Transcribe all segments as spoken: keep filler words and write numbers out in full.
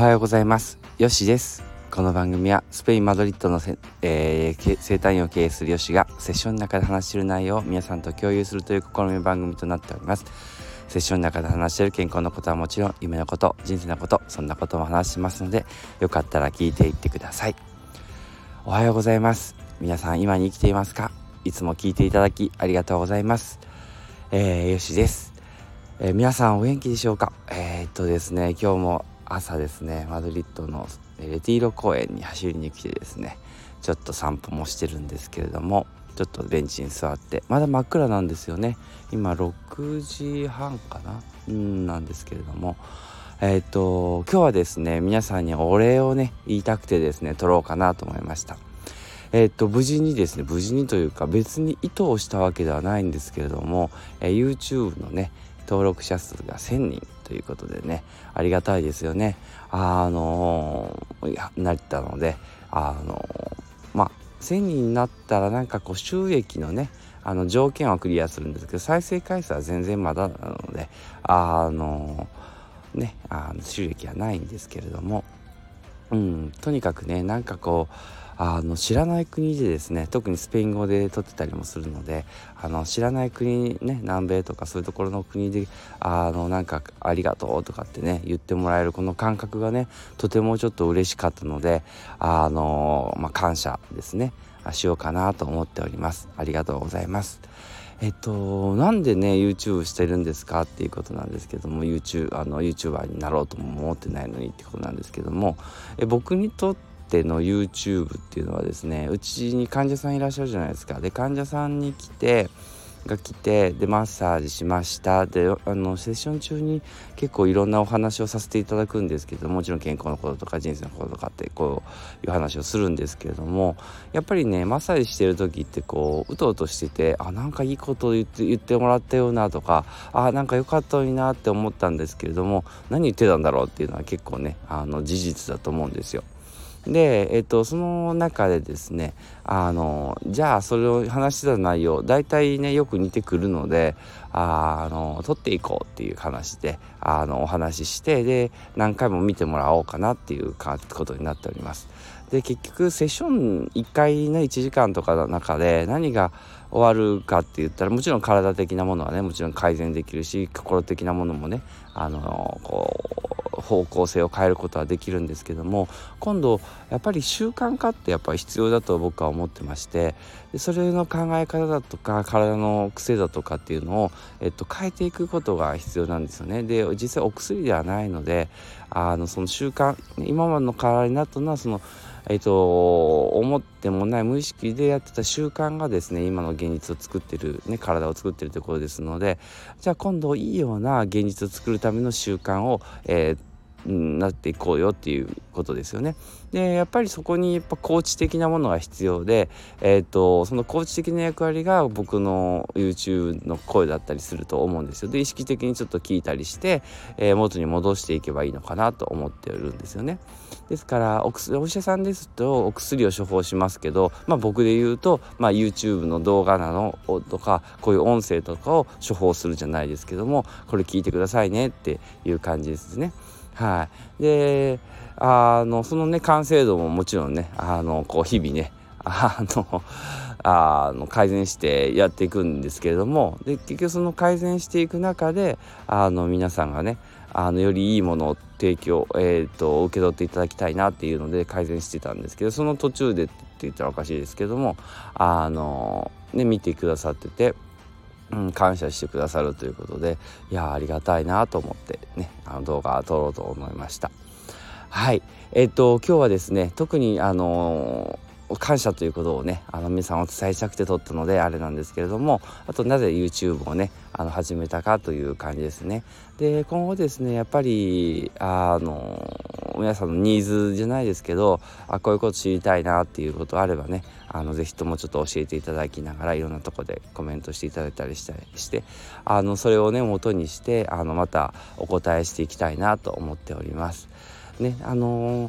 はようございます。よしです。この番組はスペインマドリッドのせ、えー、生態院を経営するよしがセッションの中で話している内容を皆さんと共有するという試み番組となっております。セッションの中で話している健康のことはもちろん、夢のこと、人生のこと、そんなことも話しますので、よかったら聞いていってください。おはようございます。皆さん今に生きていますか？いつも聞いていただきありがとうございます。えー、よしです。えー、皆さんお元気でしょうか？えー、っとですね今日も朝ですね、マドリッドのレティーロ公園に走りに来てですね、ちょっと散歩もしてるんですけれども、ちょっとベンチに座って、まだ真っ暗なんですよね。今ろくじはんかなうんなんですけれども、えっと今日はですね、皆さんにお礼をね言いたくてですね撮ろうかなと思いました。えっと無事にですね無事にというか別に意図をしたわけではないんですけれども、えー、YouTube のね登録者数がせんにんということでね、ありがたいですよね。あのー、なったので、あのー、まあせんにんになったらなんかこう収益のねあの条件はクリアするんですけど、再生回数は全然まだなので、あのー、ねあの収益はないんですけれども、うんとにかくねなんかこうあの知らない国でですね、特にスペイン語で撮ってたりもするので、あの知らない国ね、南米とかそういうところの国であのなんかありがとうとかってね言ってもらえるこの感覚がねとてもちょっと嬉しかったので、あのまあ感謝ですねしようかなと思っております。ありがとうございます。えっとなんでね YouTube してるんですかっていうことなんですけども、 YouTube あの YouTuber になろうとも思ってないのにってことなんですけども、え僕にとっての YouTube っていうのはですね、うちに患者さんいらっしゃるじゃないですか。で患者さんに来てが来てでマッサージしました。であのセッション中に結構いろんなお話をさせていただくんですけど、もちろん健康のこととか人生のこととかってこういう話をするんですけれども、やっぱりねマッサージしてる時ってこううとうとしてて、あなんかいいこと言って言ってもらったよなとか、あなんか良かったのになって思ったんですけれども、何言ってたんだろうっていうのは結構ねあの事実だと思うんですよ。で、えっと、その中でですね、あのじゃあそれを話してた内容大体ねよく似てくるので、あの撮っていこうっていう話であのお話しして、で何回も見てもらおうかなっていうかことになっております。で結局セッションいっかいねいちじかんとかの中で何が終わるかって言ったら、もちろん体的なものはねもちろん改善できるし、心的なものもねあのこう方向性を変えることはできるんですけども、今度やっぱり習慣化ってやっぱり必要だと僕は思ってまして、でそれの考え方だとか体の癖だとかっていうのを、えっと、変えていくことが必要なんですよね。で実際お薬ではないので、あのその習慣、今までの体になったのはそのえっと思ってもない無意識でやってた習慣がですね今の現実を作ってる、ね、体を作ってるところですので、じゃあ今度いいような現実を作るための習慣を、えーなっていこうよっていうことですよね。でやっぱりそこにやっぱコーチ的なものが必要で、えー、とそのコーチ的な役割が僕の YouTube の声だったりすると思うんですよ。で意識的にちょっと聞いたりして、えー、元に戻していけばいいのかなと思っているんですよね。ですからお薬お医者さんですとお薬を処方しますけど、まあ、僕で言うと、まあ、YouTube の動画なのとかこういう音声とかを処方するじゃないですけども、これ聞いてくださいねっていう感じですね。はい、であのそのね完成度ももちろんねあのこう日々ねあのあの改善してやっていくんですけれども、で結局その改善していく中であの皆さんがねあのよりいいものを提供、えー、と受け取っていただきたいなっていうので改善してたんですけど、その途中でって言ったらおかしいですけども、あのね見てくださってて、うん、感謝してくださるということで、いやありがたいなと思ってねあの動画を撮ろうと思いました。はい、えっと今日はですね特にあのー感謝ということをねあの皆さんお伝えしたくて撮ったのであれなんですけれども、あとなぜ YouTube をねあの始めたかという感じですね。で今後ですねやっぱりあの皆さんのニーズじゃないですけど、あこういうこと知りたいなっていうことあればねあのぜひともちょっと教えていただきながらいろんなとこでコメントしていただいたりしたりしてあのそれをね元にしてあのまたお答えしていきたいなと思っておりますね。あのー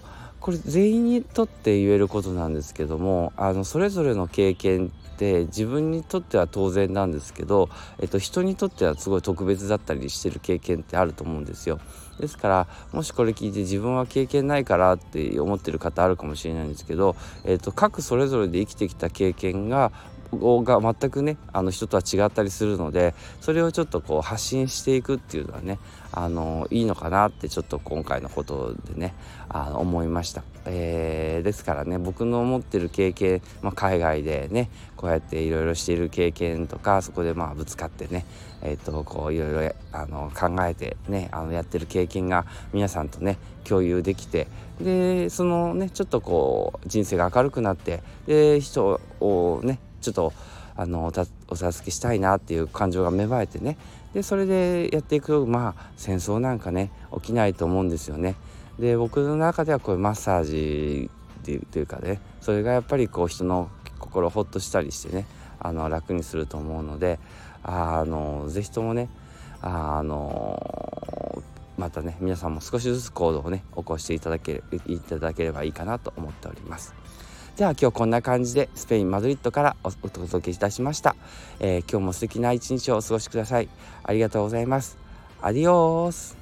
これ全員にとって言えることなんですけども、あのそれぞれの経験って自分にとっては当然なんですけど、えっと、人にとってはすごい特別だったりしてる経験ってあると思うんですよ。ですからもしこれ聞いて自分は経験ないからって思ってる方あるかもしれないんですけど、えっと、各それぞれで生きてきた経験がが全くねあの人とは違ったりするので、それをちょっとこう発信していくっていうのはねあのいいのかなってちょっと今回のことでねあの思いました。えー、ですからね僕の持ってる経験、まあ、海外でねこうやっていろいろしている経験とか、そこでまあぶつかってねえっとこういろいろあの考えてねあのやってる経験が皆さんとね共有できて、でそのねちょっとこう人生が明るくなって、で人をねちょっとあのおたお助けしたいなっていう感情が芽生えてね、でそれでやっていくとまあ戦争なんかね起きないと思うんですよね。で僕の中ではこういうマッサージっていうというかね、それがやっぱりこう人の心をほっとしたりしてねあの楽にすると思うので、あのぜひともねあのまたね皆さんも少しずつ行動をね起こしていただけいただければいいかなと思っております。じゃあ今日こんな感じでスペインマドリッドからおお届けいたしました。えー、今日も素敵な一日をお過ごしください。ありがとうございます。アディオース。